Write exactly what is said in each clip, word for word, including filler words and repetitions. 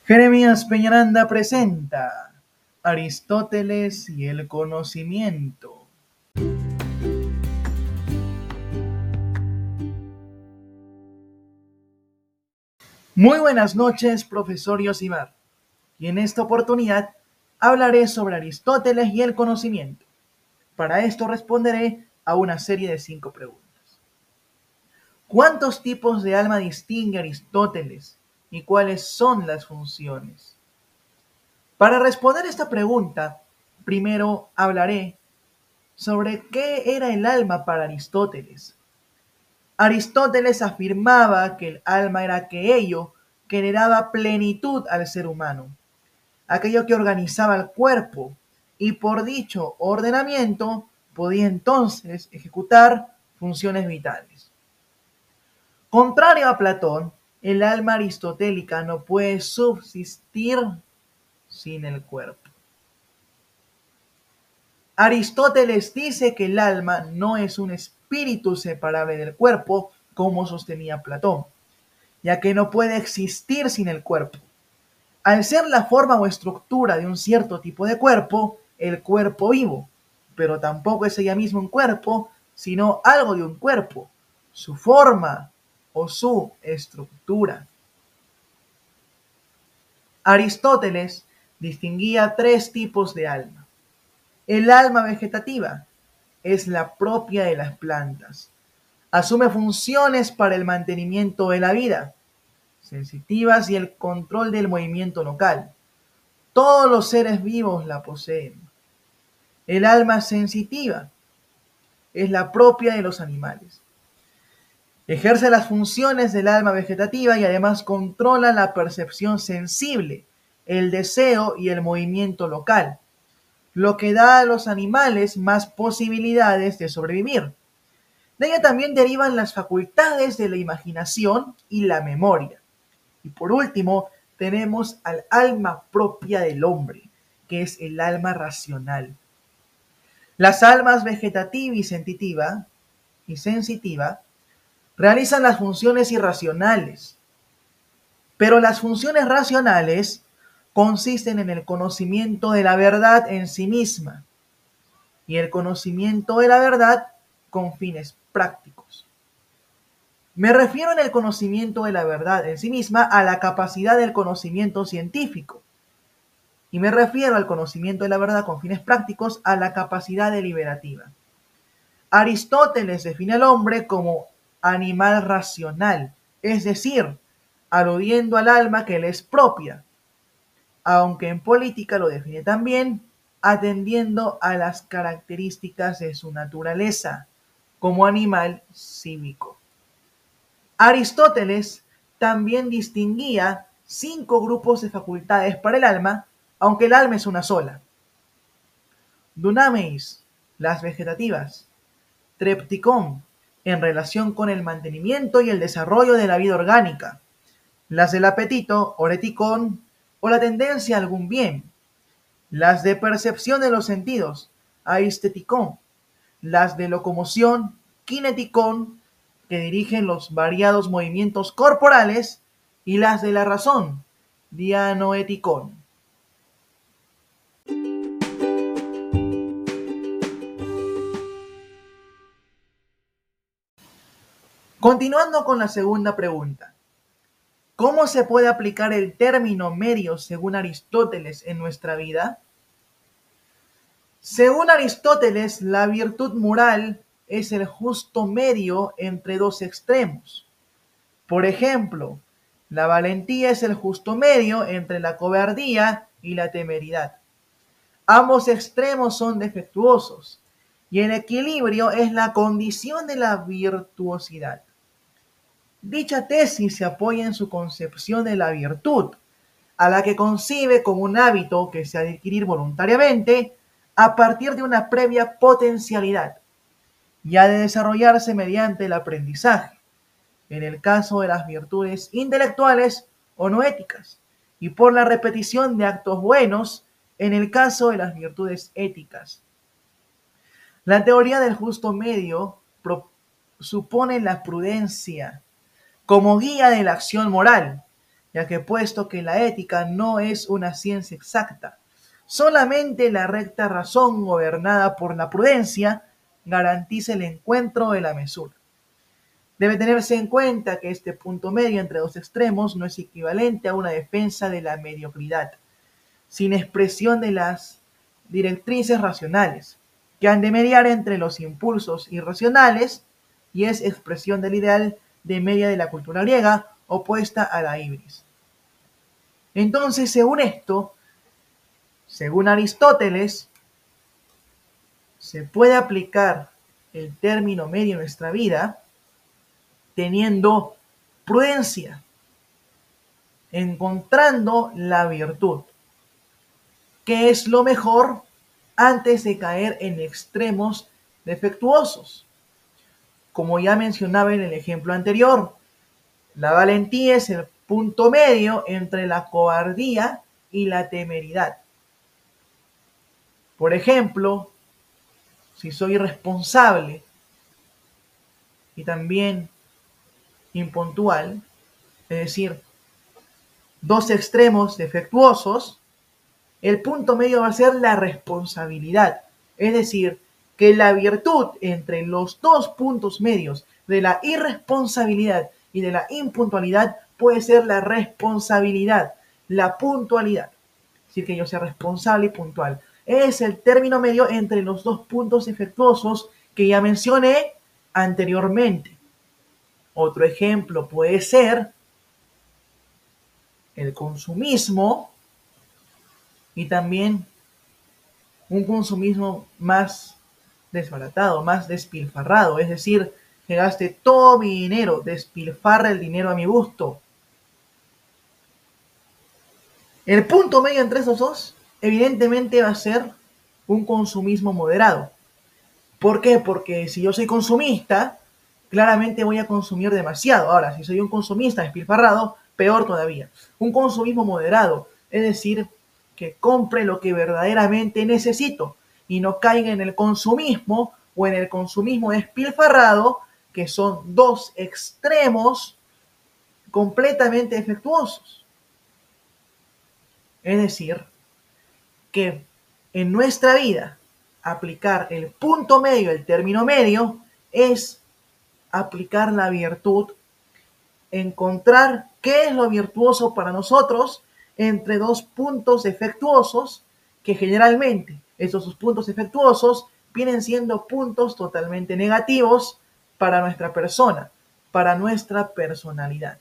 Jeremías Peñaranda presenta Aristóteles y el conocimiento. Muy buenas noches, profesor Yosimar. Y en esta oportunidad hablaré sobre Aristóteles y el conocimiento. Para esto responderé a una serie de cinco preguntas. ¿Cuántos tipos de alma distingue Aristóteles y cuáles son las funciones? Para responder esta pregunta, primero hablaré sobre qué era el alma para Aristóteles. Aristóteles afirmaba que el alma era aquello que le daba plenitud al ser humano, aquello que organizaba el cuerpo, y por dicho ordenamiento podía entonces ejecutar funciones vitales. Contrario a Platón, el alma aristotélica no puede subsistir sin el cuerpo. Aristóteles dice que el alma no es un espíritu separable del cuerpo, como sostenía Platón, ya que no puede existir sin el cuerpo. Al ser la forma o estructura de un cierto tipo de cuerpo, el cuerpo vivo, pero tampoco es ella misma un cuerpo, sino algo de un cuerpo, su forma o su estructura. Aristóteles distinguía tres tipos de alma. El alma vegetativa es la propia de las plantas. Asume funciones para el mantenimiento de la vida, sensitivas y el control del movimiento local. Todos los seres vivos la poseen. El alma sensitiva es la propia de los animales. Ejerce las funciones del alma vegetativa y además controla la percepción sensible, el deseo y el movimiento local, lo que da a los animales más posibilidades de sobrevivir. De ella también derivan las facultades de la imaginación y la memoria. Y por último, tenemos al alma propia del hombre, que es el alma racional. Las almas vegetativa y sensitiva, y sensitiva realizan las funciones irracionales, pero las funciones racionales consisten en el conocimiento de la verdad en sí misma y el conocimiento de la verdad con fines prácticos. Me refiero en el conocimiento de la verdad en sí misma a la capacidad del conocimiento científico, y me refiero al conocimiento de la verdad con fines prácticos a la capacidad deliberativa. Aristóteles define al hombre como animal racional, es decir, aludiendo al alma que le es propia, aunque en política lo define también atendiendo a las características de su naturaleza como animal cívico. Aristóteles también distinguía cinco grupos de facultades para el alma, aunque el alma es una sola. Dunamis, las vegetativas. Trepticón, en relación con el mantenimiento y el desarrollo de la vida orgánica. Las del apetito, oreticón, o la tendencia a algún bien. Las de percepción de los sentidos, aisteticón. Las de locomoción, kineticón, que dirigen los variados movimientos corporales, y las de la razón, dianoeticón. Continuando con la segunda pregunta. ¿Cómo se puede aplicar el término medio según Aristóteles en nuestra vida? Según Aristóteles, la virtud moral es el justo medio entre dos extremos. Por ejemplo, la valentía es el justo medio entre la cobardía y la temeridad. Ambos extremos son defectuosos, y el equilibrio es la condición de la virtuosidad. Dicha tesis se apoya en su concepción de la virtud, a la que concibe como un hábito que se ha de adquirir voluntariamente a partir de una previa potencialidad y ha de desarrollarse mediante el aprendizaje, en el caso de las virtudes intelectuales o no éticas, y por la repetición de actos buenos en el caso de las virtudes éticas. La teoría del justo medio supone la prudencia como guía de la acción moral, ya que puesto que la ética no es una ciencia exacta, solamente la recta razón gobernada por la prudencia garantiza el encuentro de la mesura. Debe tenerse en cuenta que este punto medio entre dos extremos no es equivalente a una defensa de la mediocridad, sin expresión de las directrices racionales, que han de mediar entre los impulsos irracionales, y es expresión del ideal de media de la cultura griega, opuesta a la ibris. Entonces, según esto, según Aristóteles, se puede aplicar el término medio en nuestra vida teniendo prudencia, encontrando la virtud, que es lo mejor antes de caer en extremos defectuosos. Como ya mencionaba en el ejemplo anterior, la valentía es el punto medio entre la cobardía y la temeridad. Por ejemplo, si soy irresponsable y también impuntual, es decir, dos extremos defectuosos, el punto medio va a ser la responsabilidad. Es decir, que la virtud entre los dos puntos medios de la irresponsabilidad y de la impuntualidad puede ser la responsabilidad, la puntualidad. Es decir, que yo sea responsable y puntual. Es el término medio entre los dos puntos defectuosos que ya mencioné anteriormente. Otro ejemplo puede ser el consumismo y también un consumismo más desbaratado, más despilfarrado, es decir, que gaste todo mi dinero, despilfarre el dinero a mi gusto. El punto medio entre esos dos, evidentemente, va a ser un consumismo moderado. ¿Por qué? Porque si yo soy consumista, claramente voy a consumir demasiado. Ahora, si soy un consumista despilfarrado, peor todavía. Un consumismo moderado, es decir, que compre lo que verdaderamente necesito y no caiga en el consumismo o en el consumismo despilfarrado, que son dos extremos completamente defectuosos. Es decir, que en nuestra vida aplicar el punto medio, el término medio, es aplicar la virtud, encontrar qué es lo virtuoso para nosotros entre dos puntos defectuosos, que generalmente esos dos puntos defectuosos vienen siendo puntos totalmente negativos para nuestra persona, para nuestra personalidad.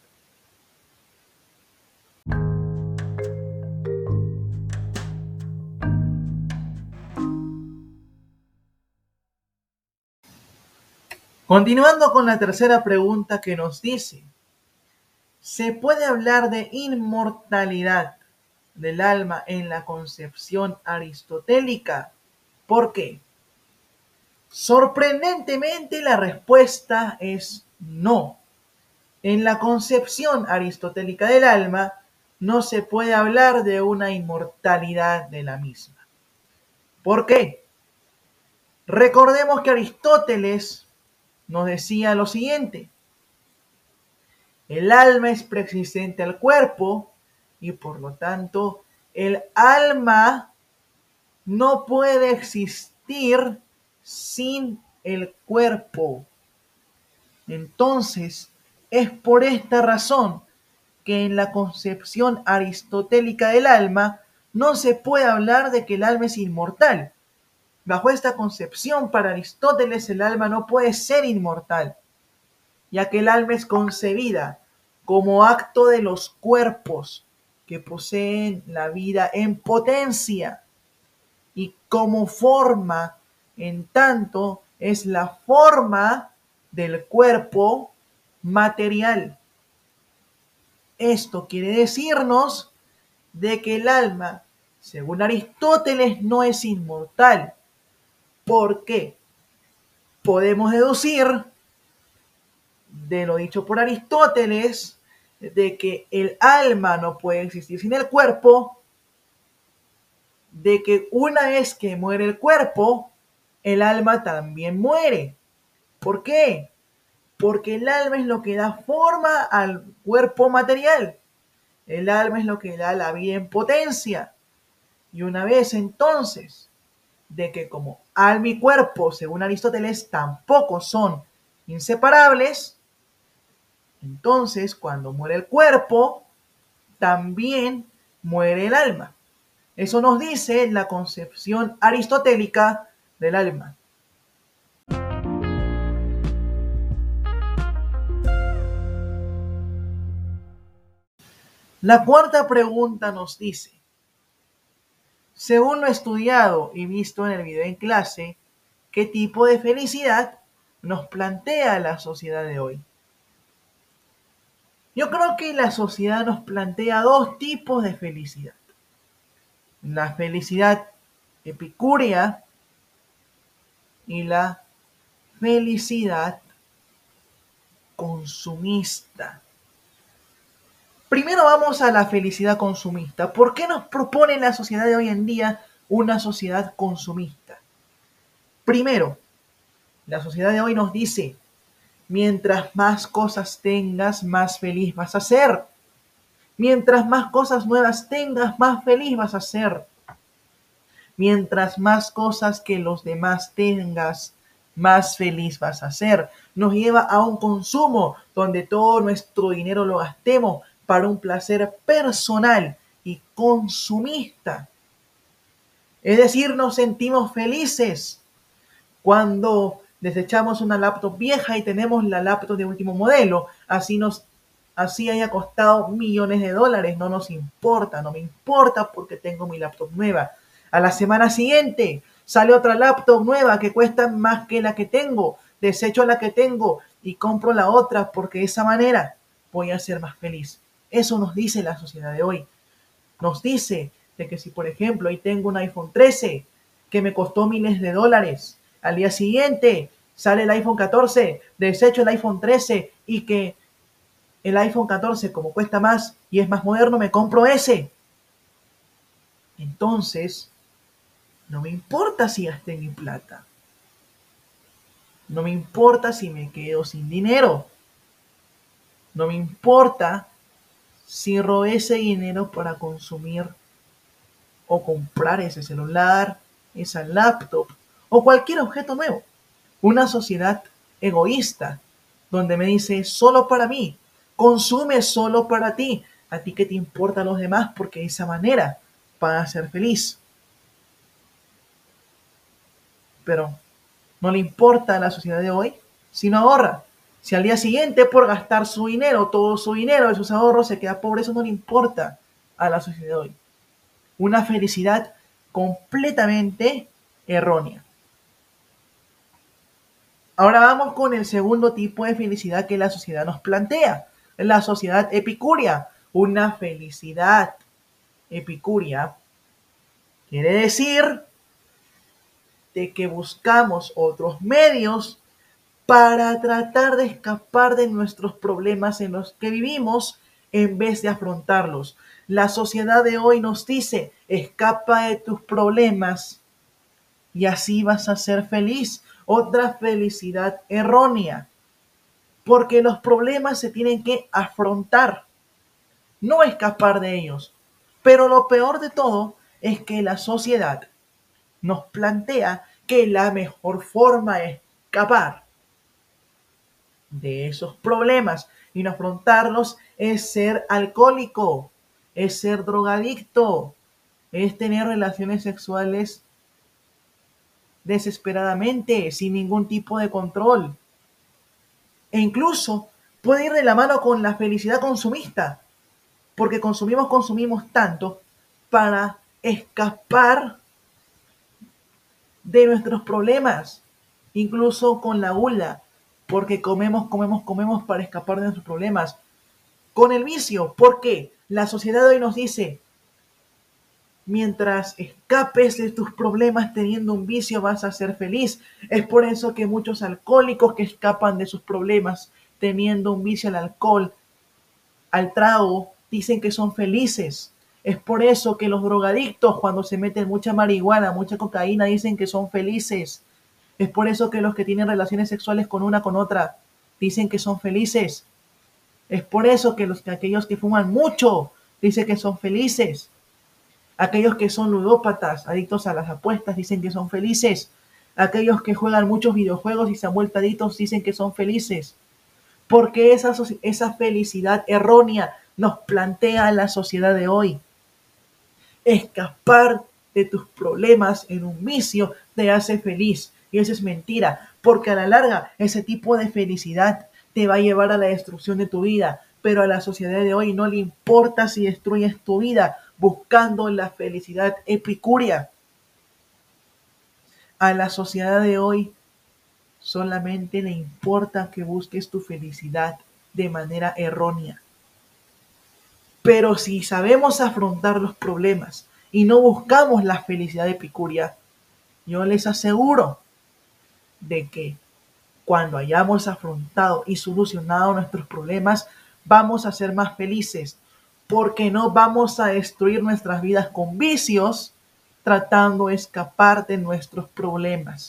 Continuando con la tercera pregunta que nos dice, ¿se puede hablar de inmortalidad del alma en la concepción aristotélica? ¿Por qué? Sorprendentemente, la respuesta es no. En la concepción aristotélica del alma no se puede hablar de una inmortalidad de la misma. ¿Por qué? Recordemos que Aristóteles nos decía lo siguiente: el alma es preexistente al cuerpo y por lo tanto el alma no puede existir sin el cuerpo. Entonces, es por esta razón que en la concepción aristotélica del alma no se puede hablar de que el alma es inmortal. Bajo esta concepción, para Aristóteles, el alma no puede ser inmortal, ya que el alma es concebida como acto de los cuerpos que poseen la vida en potencia y como forma, en tanto es la forma del cuerpo material. Esto quiere decirnos de que el alma, según Aristóteles, no es inmortal. ¿Por qué? Podemos deducir de lo dicho por Aristóteles de que el alma no puede existir sin el cuerpo, de que una vez que muere el cuerpo, el alma también muere. ¿Por qué? Porque el alma es lo que da forma al cuerpo material. El alma es lo que da la vida en potencia. Y una vez entonces, de que como alma y cuerpo, según Aristóteles, tampoco son inseparables, entonces cuando muere el cuerpo, también muere el alma. Eso nos dice la concepción aristotélica del alma. La cuarta pregunta nos dice, según lo estudiado y visto en el video en clase, ¿qué tipo de felicidad nos plantea la sociedad de hoy? Yo creo que la sociedad nos plantea dos tipos de felicidad. La felicidad epicúrea y la felicidad consumista. Primero vamos a la felicidad consumista. ¿Por qué nos propone la sociedad de hoy en día una sociedad consumista? Primero, la sociedad de hoy nos dice, mientras más cosas tengas, más feliz vas a ser. Mientras más cosas nuevas tengas, más feliz vas a ser. Mientras más cosas que los demás tengas, más feliz vas a ser. Nos lleva a un consumo donde todo nuestro dinero lo gastemos para un placer personal y consumista. Es decir, nos sentimos felices cuando desechamos una laptop vieja y tenemos la laptop de último modelo. Así nos así haya costado millones de dólares, no nos importa, no me importa porque tengo mi laptop nueva. A la semana siguiente sale otra laptop nueva que cuesta más que la que tengo, desecho la que tengo y compro la otra porque de esa manera voy a ser más feliz. Eso nos dice la sociedad de hoy. Nos dice de que si, por ejemplo, hoy tengo un iPhone trece que me costó miles de dólares, al día siguiente sale el iPhone catorce, desecho el iPhone trece y que el iPhone catorce, como cuesta más y es más moderno, me compro ese. Entonces, no me importa si gasté mi plata. No me importa si me quedo sin dinero. No me importa si robé ese dinero para consumir o comprar ese celular, esa laptop o cualquier objeto nuevo. Una sociedad egoísta donde me dice solo para mí, consume solo para ti, a ti que te importa a los demás porque de esa manera van a ser feliz. Pero no le importa a la sociedad de hoy si no ahorra. Si al día siguiente por gastar su dinero, todo su dinero de sus ahorros se queda pobre, eso no le importa a la sociedad de hoy. Una felicidad completamente errónea. Ahora vamos con el segundo tipo de felicidad que la sociedad nos plantea. La sociedad epicúrea. Una felicidad epicúrea quiere decir de que buscamos otros medios para tratar de escapar de nuestros problemas en los que vivimos en vez de afrontarlos. La sociedad de hoy nos dice, escapa de tus problemas y así vas a ser feliz. Otra felicidad errónea, porque los problemas se tienen que afrontar, no escapar de ellos. Pero lo peor de todo es que la sociedad nos plantea que la mejor forma de escapar de esos problemas y no afrontarlos es ser alcohólico, es ser drogadicto, es tener relaciones sexuales desesperadamente, sin ningún tipo de control. E incluso puede ir de la mano con la felicidad consumista, porque consumimos, consumimos tanto para escapar de nuestros problemas, incluso con la gula, porque comemos, comemos, comemos para escapar de nuestros problemas. Con el vicio, porque la sociedad de hoy nos dice, mientras escapes de tus problemas teniendo un vicio vas a ser feliz. Es por eso que muchos alcohólicos que escapan de sus problemas teniendo un vicio al alcohol, al trago, dicen que son felices. Es por eso que los drogadictos cuando se meten mucha marihuana, mucha cocaína, dicen que son felices. Es por eso que los que tienen relaciones sexuales con una con otra dicen que son felices. Es por eso que los que aquellos que fuman mucho dice que son felices. Aquellos que son ludópatas, adictos a las apuestas, dicen que son felices. Aquellos que juegan muchos videojuegos y se han vuelto adictos dicen que son felices. Porque esa, esa felicidad errónea nos plantea la sociedad de hoy. Escapar de tus problemas en un vicio te hace feliz. Y eso es mentira, porque a la larga ese tipo de felicidad te va a llevar a la destrucción de tu vida. Pero a la sociedad de hoy no le importa si destruyes tu vida buscando la felicidad epicúrea. A la sociedad de hoy solamente le importa que busques tu felicidad de manera errónea. Pero si sabemos afrontar los problemas y no buscamos la felicidad epicúrea, yo les aseguro de que cuando hayamos afrontado y solucionado nuestros problemas, vamos a ser más felices, porque no vamos a destruir nuestras vidas con vicios tratando de escapar de nuestros problemas.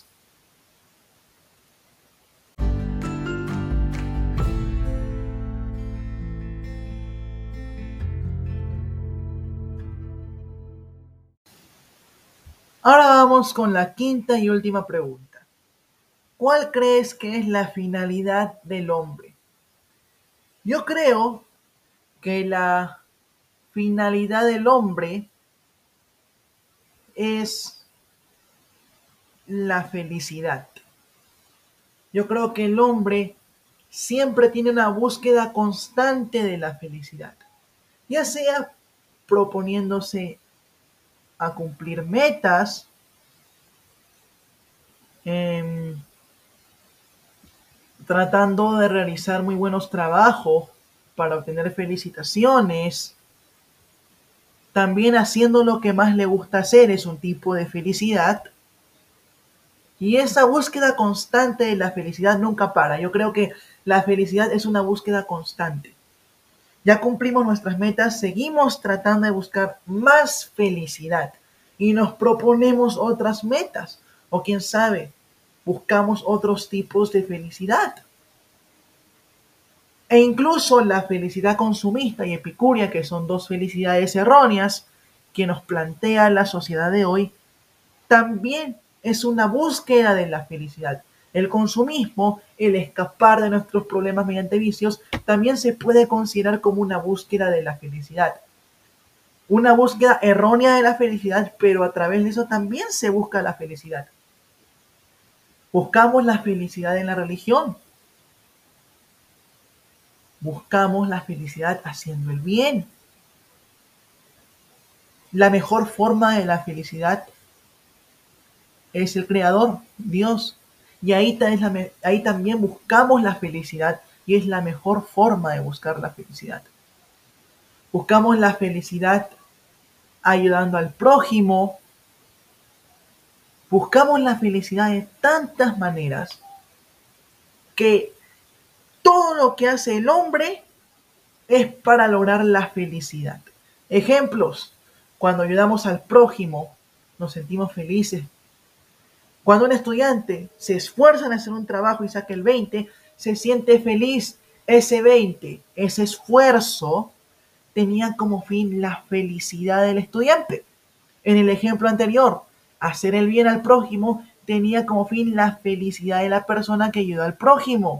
Ahora vamos con la quinta y última pregunta. ¿Cuál crees que es la finalidad del hombre? Yo creo que la finalidad del hombre es la felicidad. Yo creo que el hombre siempre tiene una búsqueda constante de la felicidad, ya sea proponiéndose a cumplir metas, eh, tratando de realizar muy buenos trabajos para obtener felicitaciones, también haciendo lo que más le gusta hacer es un tipo de felicidad. Y esa búsqueda constante de la felicidad nunca para. Yo creo que la felicidad es una búsqueda constante. Ya cumplimos nuestras metas, seguimos tratando de buscar más felicidad y nos proponemos otras metas. O quién sabe, buscamos otros tipos de felicidad. E incluso la felicidad consumista y epicúrea, que son dos felicidades erróneas que nos plantea la sociedad de hoy, también es una búsqueda de la felicidad. El consumismo, el escapar de nuestros problemas mediante vicios, también se puede considerar como una búsqueda de la felicidad. Una búsqueda errónea de la felicidad, pero a través de eso también se busca la felicidad. Buscamos la felicidad en la religión. Buscamos la felicidad haciendo el bien. La mejor forma de la felicidad es el Creador, Dios. Y ahí, ahí también buscamos la felicidad y es la mejor forma de buscar la felicidad. Buscamos la felicidad ayudando al prójimo. Buscamos la felicidad de tantas maneras que todo lo que hace el hombre es para lograr la felicidad. Ejemplos: cuando ayudamos al prójimo, nos sentimos felices. Cuando un estudiante se esfuerza en hacer un trabajo y saca el veinte, se siente feliz. Ese veinte, ese esfuerzo, tenía como fin la felicidad del estudiante. En el ejemplo anterior, hacer el bien al prójimo tenía como fin la felicidad de la persona que ayuda al prójimo.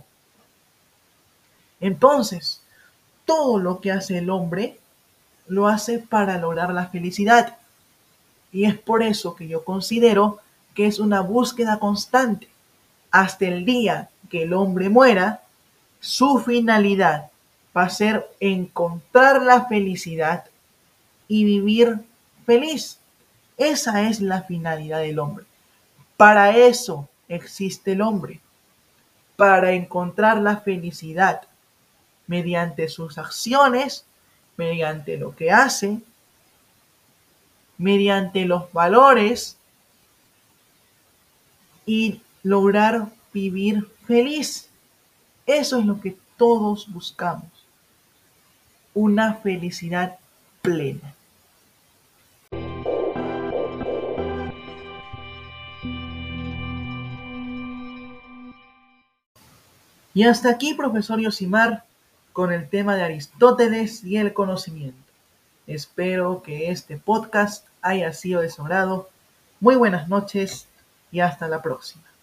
Entonces, todo lo que hace el hombre lo hace para lograr la felicidad. Y es por eso que yo considero que es una búsqueda constante. Hasta el día que el hombre muera, su finalidad va a ser encontrar la felicidad y vivir feliz. Esa es la finalidad del hombre. Para eso existe el hombre, para encontrar la felicidad mediante sus acciones, mediante lo que hace, mediante los valores y lograr vivir feliz. Eso es lo que todos buscamos, una felicidad plena. Y hasta aquí, profesor Yosimar, con el tema de Aristóteles y el conocimiento. Espero que este podcast haya sido de su agrado. Muy buenas noches y hasta la próxima.